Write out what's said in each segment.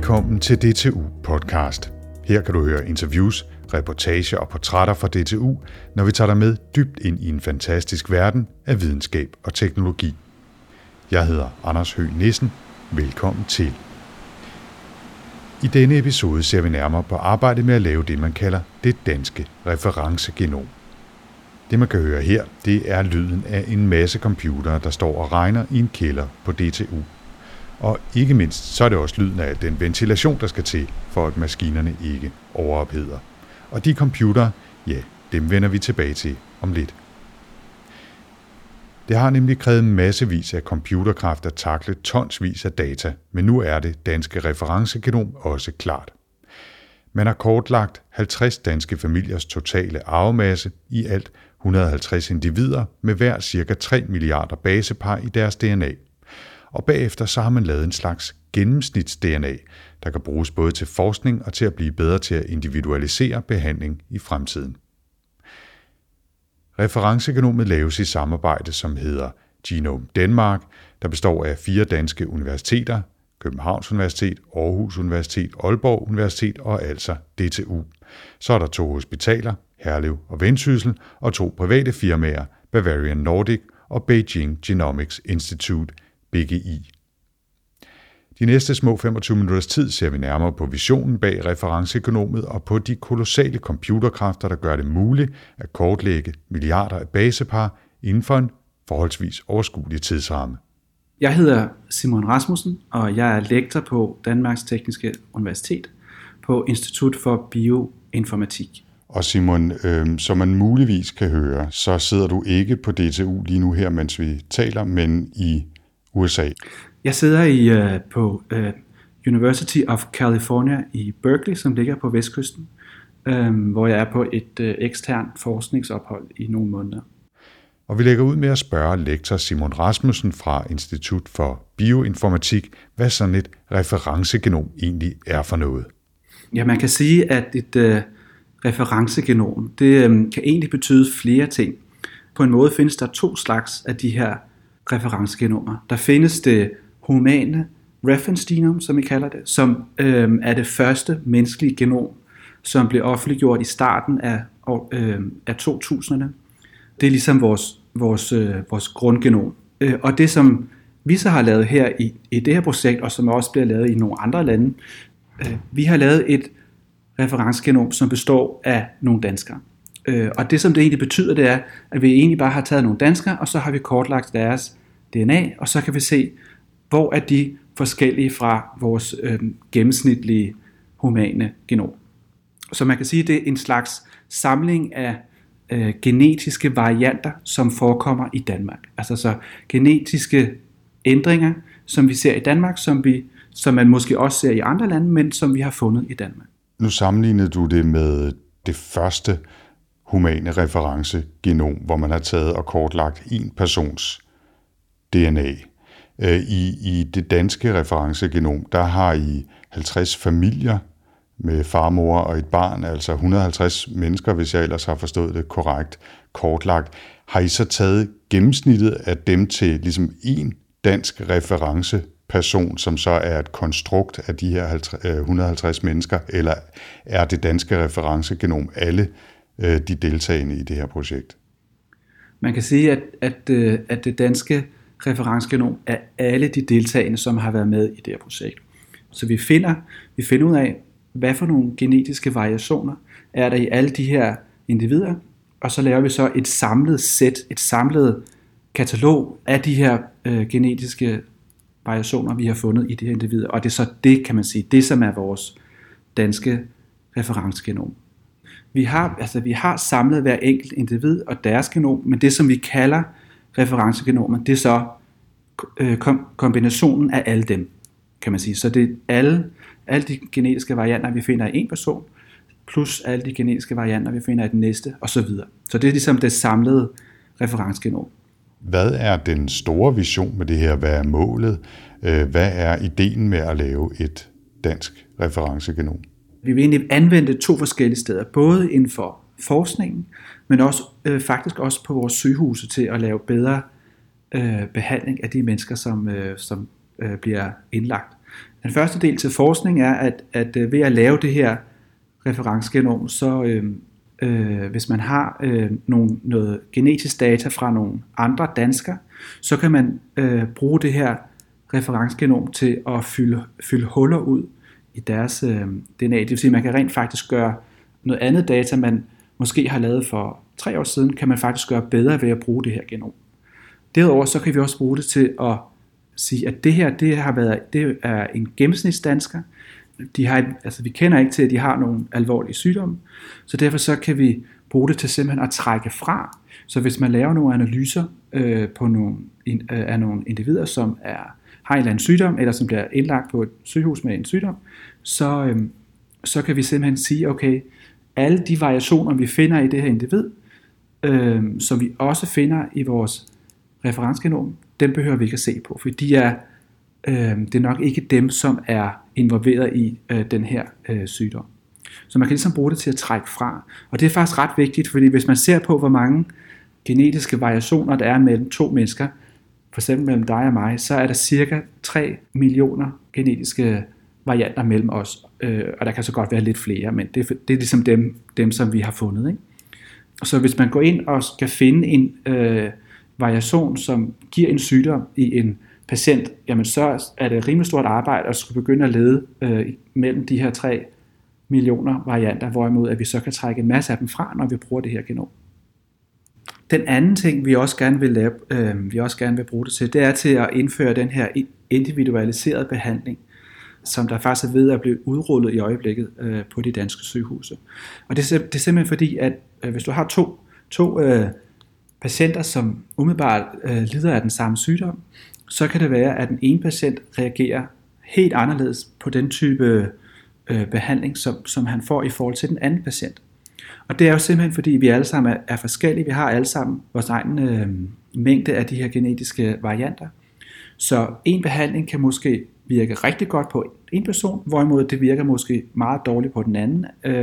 Velkommen til DTU Podcast. Her kan du høre interviews, reportager og portrætter fra DTU, når vi tager dig med dybt ind i en fantastisk verden af videnskab og teknologi. Jeg hedder Anders Høgh Nissen. Velkommen til. I denne episode ser vi nærmere på arbejdet med at lave det, man kalder det danske referencegenom. Det, man kan høre her, det er lyden af en masse computere, der står og regner i en kælder på DTU. Og ikke mindst, så er det også lyden af den ventilation, der skal til, for at maskinerne ikke overopheder. Og de computere, ja, dem vender vi tilbage til om lidt. Det har nemlig krævet massevis af computerkraft at takle tonsvis af data, men nu er det danske referencegenom også klart. Man har kortlagt 50 danske familiers totale arvemasse, i alt 150 individer med hver ca. 3 milliarder basepar i deres DNA. Og bagefter så har man lavet en slags gennemsnits-DNA, der kan bruges både til forskning og til at blive bedre til at individualisere behandling i fremtiden. Referencegenomet laves i samarbejde, som hedder Genome Denmark, der består af 4 danske universiteter, Københavns Universitet, Aarhus Universitet, Aalborg Universitet og altså DTU. Så er der 2 hospitaler, Herlev og Vendsyssel, og 2 private firmaer, Bavarian Nordic og Beijing Genomics Institute, BGI. De næste små 25 minutters tid ser vi nærmere på visionen bag referencegenomet og på de kolossale computerkræfter, der gør det muligt at kortlægge milliarder af basepar inden for en forholdsvis overskuelig tidsramme. Jeg hedder Simon Rasmussen, og jeg er lektor på Danmarks Tekniske Universitet på Institut for Bioinformatik. Og Simon, som man muligvis kan høre, så sidder du ikke på DTU lige nu her, mens vi taler, men i USA. Jeg sidder på University of California i Berkeley, som ligger på vestkysten, hvor jeg er på et eksternt forskningsophold i nogle måneder. Og vi lægger ud med at spørge lektor Simon Rasmussen fra Institut for Bioinformatik, hvad sådan et referencegenom egentlig er for noget. Ja, man kan sige, at et referencegenom, det kan egentlig betyde flere ting. På en måde findes der 2 slags af de her referencegenomer. Der findes det humane reference genome, som vi kalder det, som er det første menneskelige genom, som blev offentliggjort i starten af 2000'erne. Det er ligesom vores grundgenom. Og det, som vi så har lavet her i det her projekt, og som også bliver lavet i nogle andre lande, vi har lavet et referencegenom, som består af nogle danskere. Og det, som det egentlig betyder, det er, at vi egentlig bare har taget nogle danskere, og så har vi kortlagt deres DNA, og så kan vi se, hvor er de forskellige fra vores gennemsnitlige humane genom. Så man kan sige, at det er en slags samling af genetiske varianter, som forekommer i Danmark. Altså så genetiske ændringer, som vi ser i Danmark, som man måske også ser i andre lande, men som vi har fundet i Danmark. Nu sammenlignede du det med det første humane referencegenom, hvor man har taget og kortlagt en persons DNA. I det danske referencegenom, der har I 50 familier med far, mor og et barn, altså 150 mennesker, hvis jeg ellers har forstået det korrekt, kortlagt. Har I så taget gennemsnittet af dem til ligesom en dansk referenceperson, som så er et konstrukt af de her 150 mennesker, eller er det danske referencegenom alle de deltagende i det her projekt? Man kan sige, at det danske referencegenom er alle de deltagende, som har været med i det her projekt. Så vi finder ud af, hvad for nogle genetiske variationer er der i alle de her individer, og så laver vi så et samlet sæt, et samlet katalog af de her genetiske variationer, vi har fundet i de her individer, og det er så det, kan man sige, det som er vores danske referencegenom. Vi har samlet hver enkelt individ og deres genom, men det som vi kalder referencegenomer, det er så kombinationen af alle dem, kan man sige. Så det er alle de genetiske varianter, vi finder i en person, plus alle de genetiske varianter, vi finder i den næste, osv. Så det er ligesom det samlede referencegenom. Hvad er den store vision med det her? Hvad er målet? Hvad er ideen med at lave et dansk referencegenom? Vi vil egentlig anvende 2 forskellige steder, både inden for forskningen, men også faktisk også på vores sygehuse til at lave bedre behandling af de mennesker, som bliver indlagt. Den første del til forskning er, at ved at lave det her referencegenom, så hvis man har noget genetisk data fra nogle andre danskere, så kan man bruge det her referencegenom til at fylde huller ud i deres DNA. Det vil sige, at man kan rent faktisk gøre noget andet data, man måske har lavet for 3 år siden, kan man faktisk gøre bedre ved at bruge det her genom. Derudover så kan vi også bruge det til at sige, at det er en gennemsnitsdansker. Vi kender ikke til, at de har nogle alvorlige sygdomme, så derfor så kan vi bruge det til simpelthen at trække fra. Så hvis man laver nogle analyser af nogle individer, som har en eller anden sygdom, eller som bliver indlagt på et sygehus med en sygdom, så kan vi simpelthen sige, okay, alle de variationer, vi finder i det her individ, som vi også finder i vores referencegenom, dem behøver vi ikke at se på, for det er nok ikke dem, som er involveret i den her sygdom. Så man kan ligesom bruge det til at trække fra. Og det er faktisk ret vigtigt, fordi hvis man ser på, hvor mange genetiske variationer der er mellem 2 mennesker, for eksempel mellem dig og mig, så er der cirka 3 millioner genetiske varianter mellem os. Og der kan så godt være lidt flere, men det er ligesom dem som vi har fundet. Ikke? Så hvis man går ind og skal finde en variation, som giver en sygdom i en patient, jamen så er det et rimelig stort arbejde at skulle begynde at lede mellem de her 3 millioner varianter, hvorimod at vi så kan trække en masse af dem fra, når vi bruger det her genom. Den anden ting, vi også gerne vil bruge det til, det er til at indføre den her individualiserede behandling, som der faktisk er ved at blive udrullet i øjeblikket på de danske sygehuse. Og det er simpelthen fordi, at hvis du har to patienter, som umiddelbart lider af den samme sygdom, så kan det være, at den ene patient reagerer helt anderledes på den type behandling, som han får i forhold til den anden patient. Og det er jo simpelthen fordi, vi alle sammen er forskellige. Vi har alle sammen vores egen mængde af de her genetiske varianter. Så en behandling kan måske virke rigtig godt på en person, hvorimod det virker måske meget dårligt på den anden.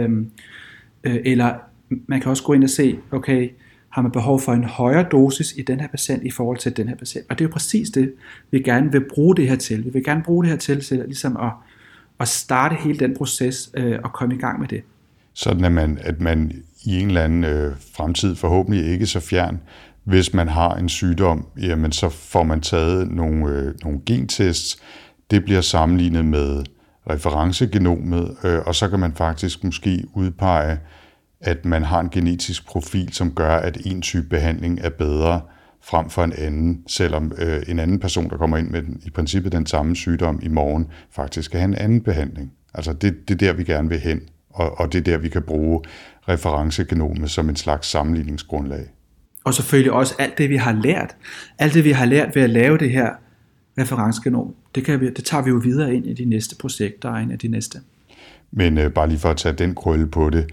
Eller man kan også gå ind og se, okay, har man behov for en højere dosis i den her patient i forhold til den her patient. Og det er jo præcis det, vi gerne vil bruge det her til. Vi vil gerne bruge det her til ligesom at starte hele den proces og komme i gang med det. Sådan at man i en eller anden fremtid, forhåbentlig ikke så fjern, hvis man har en sygdom, jamen så får man taget nogle gentests. Det bliver sammenlignet med referencegenomet, og så kan man faktisk måske udpege, at man har en genetisk profil, som gør, at en type behandling er bedre frem for en anden, selvom en anden person, der kommer ind med i princippet den samme sygdom i morgen, faktisk skal have en anden behandling. Altså det er der, vi gerne vil hen, og det er der, vi kan bruge referencegenomet som en slags sammenligningsgrundlag. Og selvfølgelig også alt det, vi har lært ved at lave det her referencegenom, det tager vi jo videre ind i de næste projekter og ind i de næste. Men bare lige for at tage den krølle på det,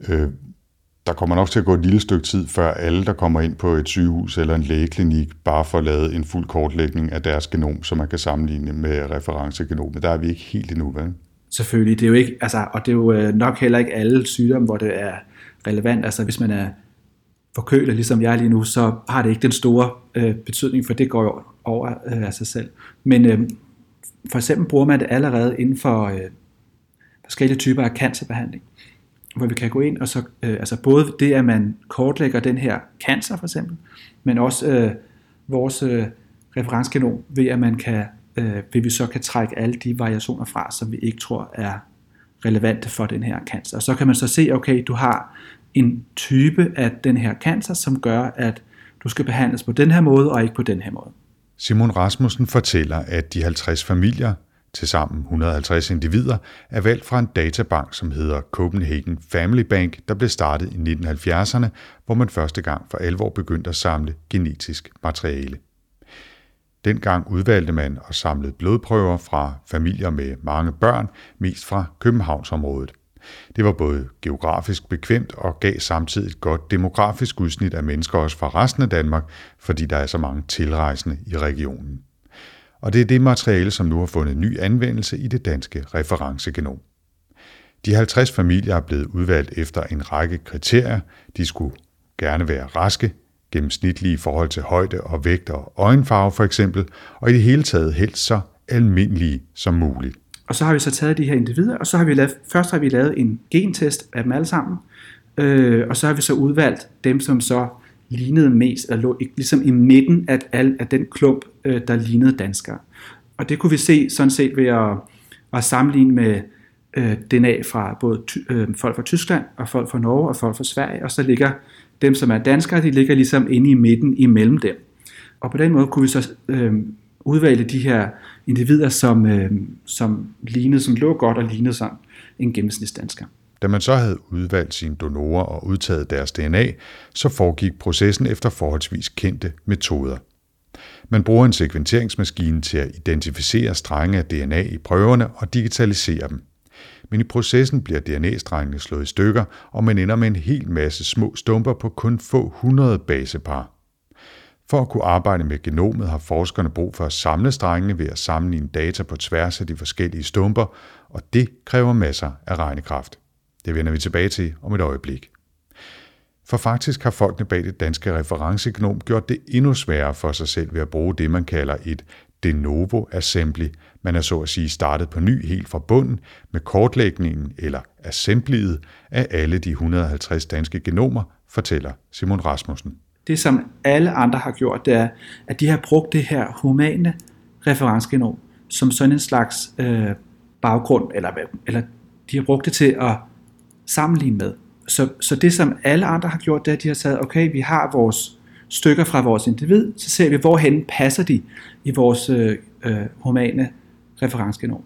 der kommer nok til at gå et lille stykke tid, før alle, der kommer ind på et sygehus eller en lægeklinik, bare får lavet en fuld kortlægning af deres genom, så man kan sammenligne med referencegenomet. Der er vi ikke helt endnu, vel? Selvfølgelig, det er jo ikke, og det er jo nok heller ikke alle sygdomme, hvor det er relevant. Altså hvis man er forkølet, ligesom jeg lige nu, så har det ikke den store betydning, for det går jo over af sig selv. Men for eksempel bruger man det allerede inden for forskellige typer af cancerbehandling, hvor vi kan gå ind og så både det, at man kortlægger den her cancer for eksempel, men også vores referencegenom ved, at man vil vi så kan trække alle de variationer fra, som vi ikke tror er relevante for den her cancer. Og så kan man så se, okay, du har en type af den her cancer, som gør, at du skal behandles på den her måde, og ikke på den her måde. Simon Rasmussen fortæller, at de 50 familier, tilsammen 150 individer, er valgt fra en databank, som hedder Copenhagen Family Bank, der blev startet i 1970'erne, hvor man første gang for alvor begyndte at samle genetisk materiale. Dengang udvalgte man og samlede blodprøver fra familier med mange børn, mest fra Københavnsområdet. Det var både geografisk bekvemt og gav samtidig et godt demografisk udsnit af mennesker også fra resten af Danmark, fordi der er så mange tilrejsende i regionen. Og det er det materiale, som nu har fundet ny anvendelse i det danske referencegenom. De 50 familier er blevet udvalgt efter en række kriterier. De skulle gerne være raske, gennemsnitlige i forhold til højde og vægt og øjenfarve for eksempel, og i det hele taget helst så almindelige som muligt. Og så har vi så taget de her individer, og så har vi først har vi lavet en gentest af dem alle sammen, og så har vi så udvalgt dem, som så lignede mest, eller lå ligesom i midten af den klump, der lignede danskere. Og det kunne vi se sådan set ved at sammenligne med DNA fra både folk fra Tyskland, og folk fra Norge, og folk fra Sverige, og så ligger dem, som er danskere, de ligger ligesom inde i midten imellem dem. Og på den måde kunne vi så udvælge de her individer, som lå godt og lignede som en gennemsnitsdansker. Da man så havde udvalgt sine donorer og udtaget deres DNA, så foregik processen efter forholdsvis kendte metoder. Man bruger en sekventeringsmaskine til at identificere strenge af DNA i prøverne og digitalisere dem. Men i processen bliver DNA-strengene slået i stykker, og man ender med en hel masse små stumper på kun få 100 basepar. For at kunne arbejde med genomet har forskerne brug for at samle strengene ved at sammenligne data på tværs af de forskellige stumper, og det kræver masser af regnekraft. Det vender vi tilbage til om et øjeblik. For faktisk har folkene bag det danske referencegenom gjort det endnu sværere for sig selv ved at bruge det, man kalder et de novo assembly. Man er så at sige startet på ny helt fra bunden med kortlægningen eller assemblyet af alle de 150 danske genomer, fortæller Simon Rasmussen. Det, som alle andre har gjort, det er, at de har brugt det her humane referencegenom som sådan en slags baggrund, eller de har brugt det til at sammenligne med. Så det, som alle andre har gjort, det er, at de har sagt, okay, vi har vores stykker fra vores individ, så ser vi, hvorhen passer de i vores humane referencegenom.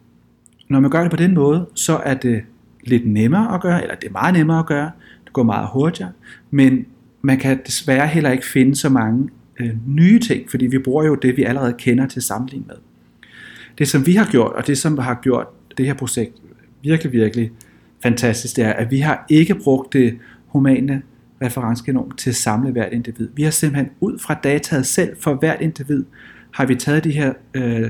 Når man gør det på den måde, så er det lidt nemmere at gøre, eller det er meget nemmere at gøre, det går meget hurtigere, men man kan desværre heller ikke finde så mange nye ting, fordi vi bruger jo det, vi allerede kender til sammenligning med. Det, som vi har gjort, og det, som har gjort det her projekt virkelig, virkelig fantastisk, det er, at vi har ikke brugt det humane referencegenom til at samle hvert individ. Vi har simpelthen ud fra dataet selv for hvert individ, har vi taget de her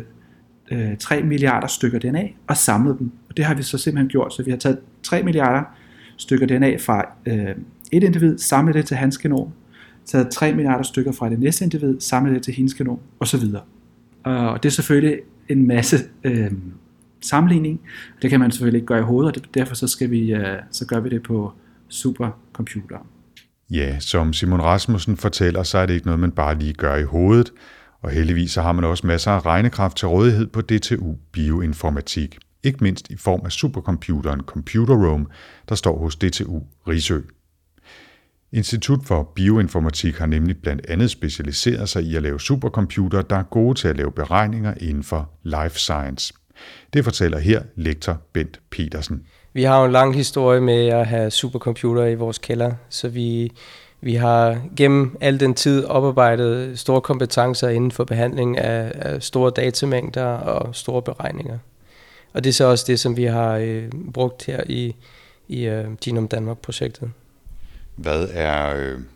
3 milliarder stykker DNA og samlet dem. Og det har vi så simpelthen gjort, så vi har taget 3 milliarder stykker DNA fra et individ, samlet det til hans genom, taget 3 milliarder stykker fra det næste individ, samlet det til hendes genom, osv. Og det er selvfølgelig en masse sammenligning. Det kan man selvfølgelig ikke gøre i hovedet, og derfor så gør vi det på supercomputere. Ja, som Simon Rasmussen fortæller, så er det ikke noget, man bare lige gør i hovedet, og heldigvis så har man også masser af regnekraft til rådighed på DTU Bioinformatik, ikke mindst i form af supercomputeren Computer Room, der står hos DTU Risø. Institut for Bioinformatik har nemlig blandt andet specialiseret sig i at lave supercomputere, der er gode til at lave beregninger inden for life science. Det fortæller her lektor Bent Petersen. Vi har jo en lang historie med at have supercomputere i vores kælder, så vi har gennem al den tid oparbejdet store kompetencer inden for behandling af store datamængder og store beregninger. Og det er så også det, som vi har brugt her i Genom Danmark-projektet. Hvad er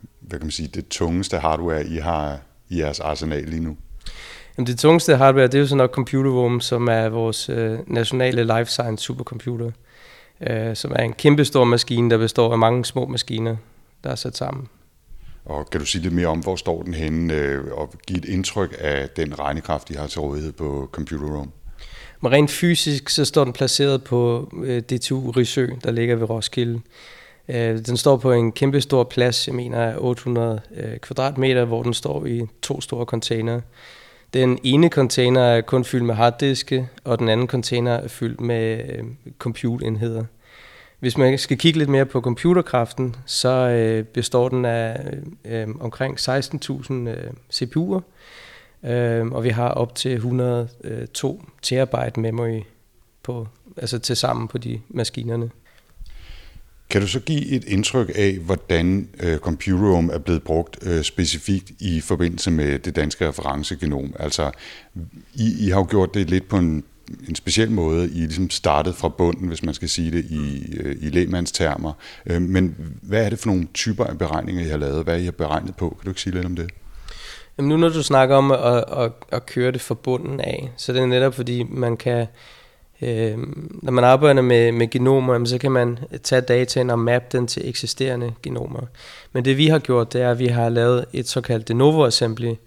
det tungeste hardware, I har i jeres arsenal lige nu? Jamen, det tungeste hardware, det er jo så nok Computer Room, som er vores nationale life science supercomputer, som er en kæmpe stor maskine, der består af mange små maskiner, der er sat sammen. Og kan du sige lidt mere om, hvor står den henne, og give et indtryk af den regnekraft, I har til rådighed på Computer Room? Men rent fysisk, så står den placeret på DTU Risø, der ligger ved Roskilde. Den står på en kæmpe stor plads, jeg mener 800 kvadratmeter, hvor den står i 2 store containere. Den ene container er kun fyldt med harddiske, og den anden container er fyldt med compute-enheder. Hvis man skal kigge lidt mere på computerkraften, så består den af omkring 16.000 CPU'er, og vi har op til 102 terabyte memory til sammen på de maskinerne. Kan du så give et indtryk af, hvordan Computer Room er blevet brugt specifikt i forbindelse med det danske referencegenom? Altså, I har jo gjort det lidt på en speciel måde. I ligesom startet fra bunden, hvis man skal sige det i lægmandstermer. Men hvad er det for nogle typer af beregninger, I har lavet? Hvad I har beregnet på? Kan du ikke sige lidt om det? Jamen nu når du snakker om at køre det fra bunden af, så det er netop fordi man kan... Når man arbejder med genomer, så kan man tage dataen og mappe den til eksisterende genomer. Men det vi har gjort, det er, at vi har lavet et såkaldt de novo assembly,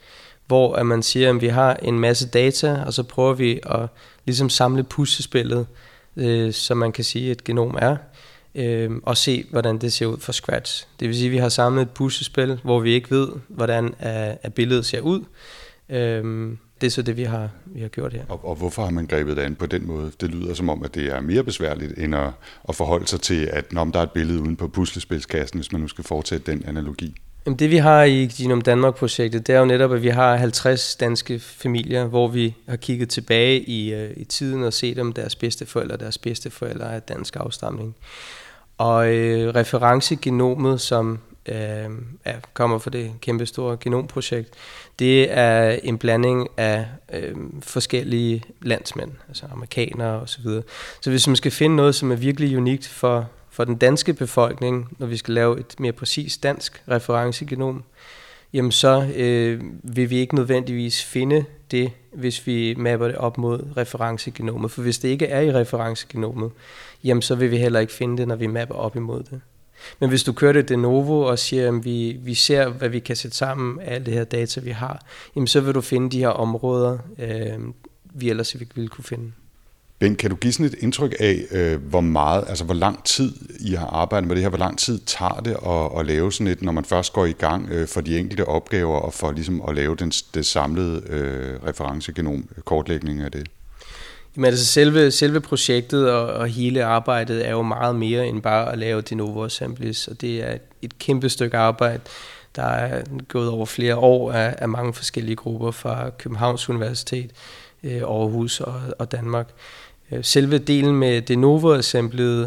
hvor at man siger, at vi har en masse data, og så prøver vi at ligesom samle puslespillet, som man kan sige, et genom er, og se, hvordan det ser ud fra scratch. Det vil sige, at vi har samlet et puslespil, hvor vi ikke ved, hvordan billedet ser ud. Det er så det, vi har gjort her. Og hvorfor har man grebet det an på den måde? Det lyder som om, at det er mere besværligt, end at forholde sig til, at når der er et billede uden på puslespilskassen, hvis man nu skal fortsætte den analogi. Jamen, det vi har i Genom Danmark-projektet, det er jo netop, at vi har 50 danske familier, hvor vi har kigget tilbage i tiden og set, om deres bedsteforældre er dansk afstamning. Og referencegenomet, som kommer fra det kæmpe store genomprojekt, det er en blanding af forskellige landsmænd, altså amerikanere og så videre. Så hvis man skal finde noget, som er virkelig unikt for den danske befolkning, når vi skal lave et mere præcist dansk referencegenom, jamen så vil vi ikke nødvendigvis finde det, hvis vi mapper det op mod referencegenomet. For hvis det ikke er i referencegenomet, jamen så vil vi heller ikke finde det, når vi mapper op imod det. Men hvis du kører det de novo og siger, at vi ser, hvad vi kan sætte sammen af alt det her data, vi har, jamen så vil du finde de her områder, vi ellers ikke ville kunne finde. Ben, kan du give sådan et indtryk af, hvor lang tid I har arbejdet med det her? Hvor lang tid tager det at lave sådan et, når man først går i gang for de enkelte opgaver, og for ligesom at lave det samlede referencegenom, kortlægning af det? Jamen altså selve projektet og hele arbejdet er jo meget mere end bare at lave de novo assemblies, og det er et kæmpe stykke arbejde, der er gået over flere år af mange forskellige grupper fra Københavns Universitet, Aarhus og Danmark. Selve delen med de novo assemblyet,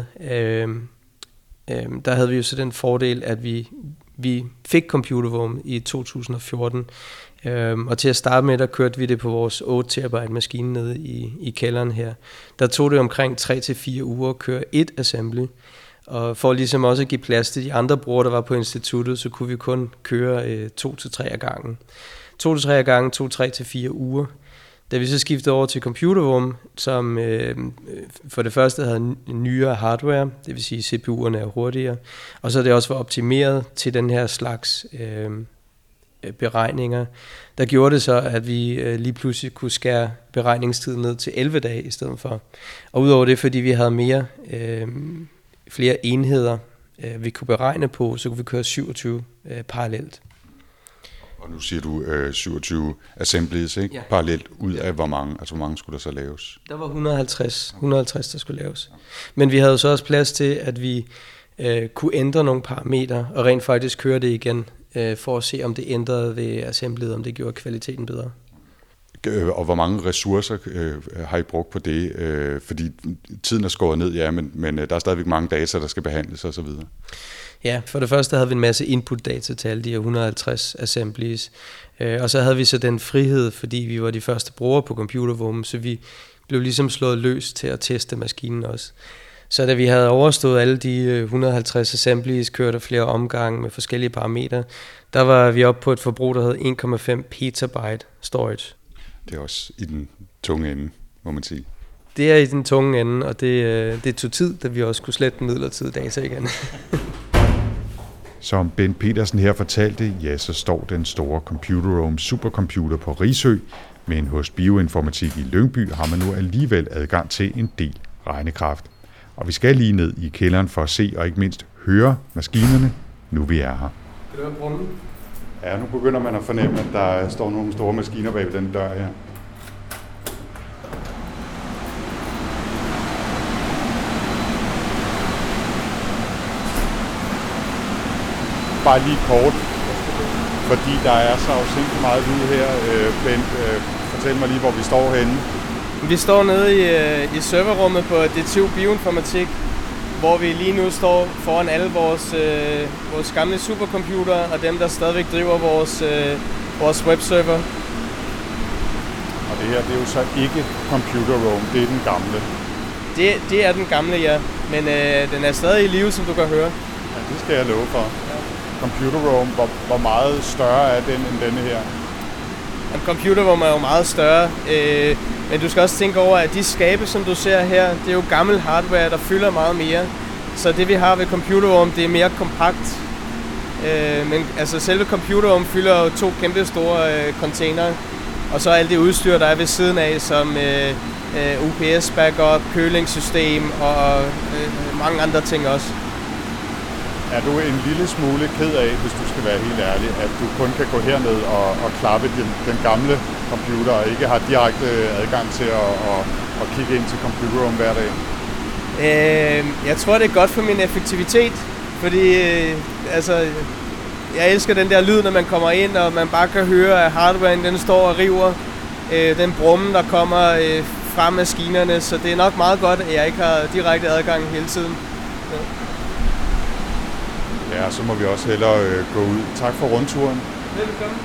der havde vi jo så den fordel, at vi fik computervåben i 2014, og til at starte med, der kørte vi det på vores 8 terabyte maskine nede i kælderen her. Der tog det omkring 3-4 uger at køre et assembly, og for ligesom også at give plads til de andre brugere, der var på instituttet, så kunne vi kun køre 2-3 af gangen. 2-3 af gangen tog 3-4 uger. Da vi så skiftede over til computervåben, som for det første havde nyere hardware, det vil sige CPU'erne er hurtigere, og så det også var optimeret til den her slags beregninger, der gjorde det så, at vi lige pludselig kunne skære beregningstiden ned til 11 dage i stedet for. Og udover det, fordi vi havde flere enheder, vi kunne beregne på, så kunne vi køre 27 parallelt. Og nu siger du 27 assemblies, ikke? Ja. Parallelt ud af hvor mange? Altså hvor mange skulle der så laves? Der var 150, der skulle laves. Men vi havde så også plads til, at vi kunne ændre nogle parametre og rent faktisk køre det igen, for at se, om det ændrede ved assemblyet, om det gjorde kvaliteten bedre. Og hvor mange ressourcer har I brugt på det? Fordi tiden er skåret ned, ja, men der er stadigvæk mange data, der skal behandles osv. Ja, for det første havde vi en masse input-data til alle de her 150 assemblies. Og så havde vi så den frihed, fordi vi var de første brugere på computervåben, så vi blev ligesom slået løs til at teste maskinen også. Så da vi havde overstået alle de 150 assemblies, kørte flere omgange med forskellige parametre, der var vi oppe på et forbrug, der hed 1,5 petabyte storage. Det er også i den tunge ende, må man sige. Det er i den tunge ende, og det tog tid, da vi også kunne slette midlertidige data igen. Som Ben Petersen her fortalte, ja, så står den store Computerome supercomputer på Risø, men hos Bioinformatik i Lyngby har man nu alligevel adgang til en del regnekraft. Og vi skal lige ned i kælderen for at se og ikke mindst høre maskinerne, nu vi er her. Kan du høre grunden? Ja, nu begynder man at fornemme, at der står nogle store maskiner bag ved den dør her. Bare lige kort, fordi der er så afsindigt meget lyd her. Bent, fortæl mig lige, hvor vi står henne. Vi står nede i serverrummet på DTU Bioinformatik, hvor vi lige nu står foran alle vores gamle supercomputere og dem, der stadigvæk driver vores webserver. Og det her, det er jo så ikke Computerome, det er den gamle. Det er den gamle, ja, men den er stadig i live, som du kan høre. Ja, det skal jeg love for. Computerome, hvor meget større er den end denne her? Computervåben er jo meget større, men du skal også tænke over, at de skabe, som du ser her, det er jo gammel hardware, der fylder meget mere. Så det vi har ved computervåben, det er mere kompakt. Men altså selve computeren fylder jo 2 kæmpe store containere, og så alt det udstyr, der er ved siden af, som UPS backup, kølingssystem og mange andre ting også. Er du en lille smule ked af, hvis du skal være helt ærlig, at du kun kan gå herned og klappe den gamle computer og ikke har direkte adgang til at kigge ind til computeren hver dag? Jeg tror, det er godt for min effektivitet, fordi jeg elsker den der lyd, når man kommer ind, og man bare kan høre, at hardwaren den står og river. Den brummen, der kommer fra maskinerne, så det er nok meget godt, at jeg ikke har direkte adgang hele tiden. Ja, så må vi også hellere gå ud. Tak for rundturen. Velkommen.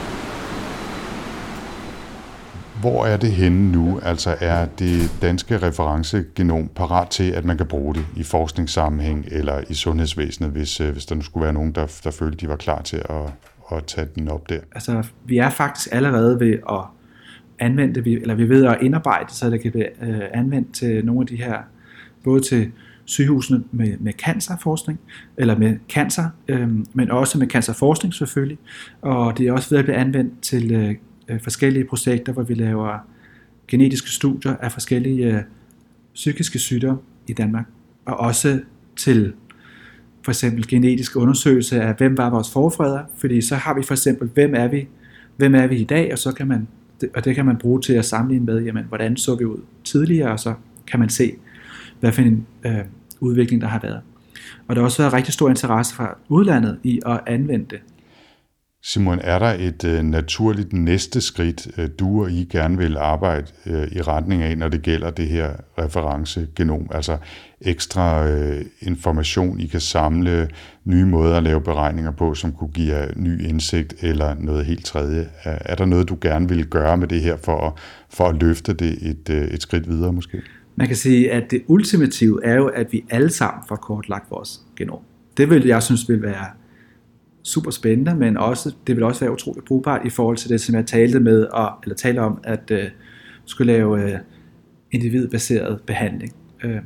Hvor er det henne nu? Altså er det danske referencegenom parat til, at man kan bruge det i forskningssammenhæng eller i sundhedsvæsenet, hvis der nu skulle være nogen, der følte, de var klar til at tage den op der? Altså, vi er faktisk allerede ved at anvende det, eller vi er ved at indarbejde, så det kan blive anvendt til nogle af de her, både til sygehusene med cancerforskning, eller med cancer, men også med cancerforskning selvfølgelig, og det er også ved at blive anvendt til forskellige projekter, hvor vi laver genetiske studier af forskellige psykiske sygdomme i Danmark, og også til for eksempel genetisk undersøgelse af, hvem var vores forfædre, fordi så har vi for eksempel, hvem er vi i dag, og så kan man, og det kan man bruge til at sammenligne med, jamen, hvordan så vi ud tidligere, og så kan man se, hvad for en udvikling der har været. Og der har også været rigtig stor interesse fra udlandet i at anvende det. Simon, er der et naturligt næste skridt, du og I gerne vil arbejde i retning af, når det gælder det her referencegenom? Altså ekstra information, I kan samle, nye måder at lave beregninger på, som kunne give jer ny indsigt eller noget helt tredje. Er der noget, du gerne vil gøre med det her for at løfte det et skridt videre måske? Man kan sige, at det ultimative er jo, at vi alle sammen får kortlagt vores genom. Det vil jeg synes vil være super spændende, men også, det vil også være utroligt brugbart i forhold til det, som jeg talte om, at skulle lave individbaseret behandling.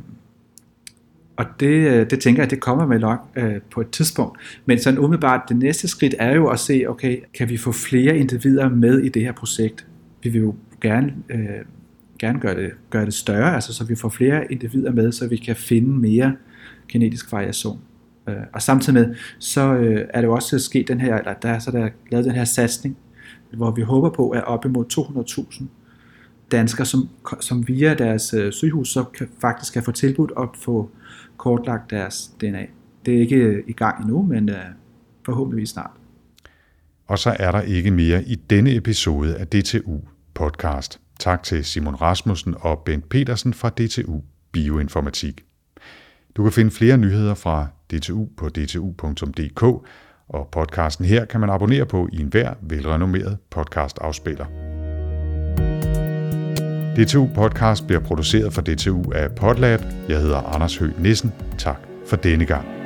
Og det tænker jeg, det kommer med nok på et tidspunkt. Men sådan umiddelbart, det næste skridt er jo at se, okay, kan vi få flere individer med i det her projekt? Vi vil jo gerne gøre det større, altså så vi får flere individer med, så vi kan finde mere genetisk variation. Og samtidig med, så er det jo også sket den her, eller der er lavet den her satsning, hvor vi håber på, at op imod 200.000 danskere, som via deres sygehus, så faktisk kan få tilbudt at få kortlagt deres DNA. Det er ikke i gang endnu, men forhåbentlig snart. Og så er der ikke mere i denne episode af DTU Podcast. Tak til Simon Rasmussen og Bent Petersen fra DTU Bioinformatik. Du kan finde flere nyheder fra DTU på dtu.dk, og podcasten her kan man abonnere på i enhver velrenommeret podcastafspiller. DTU Podcast bliver produceret for DTU af Podlab. Jeg hedder Anders Høgh Nissen. Tak for denne gang.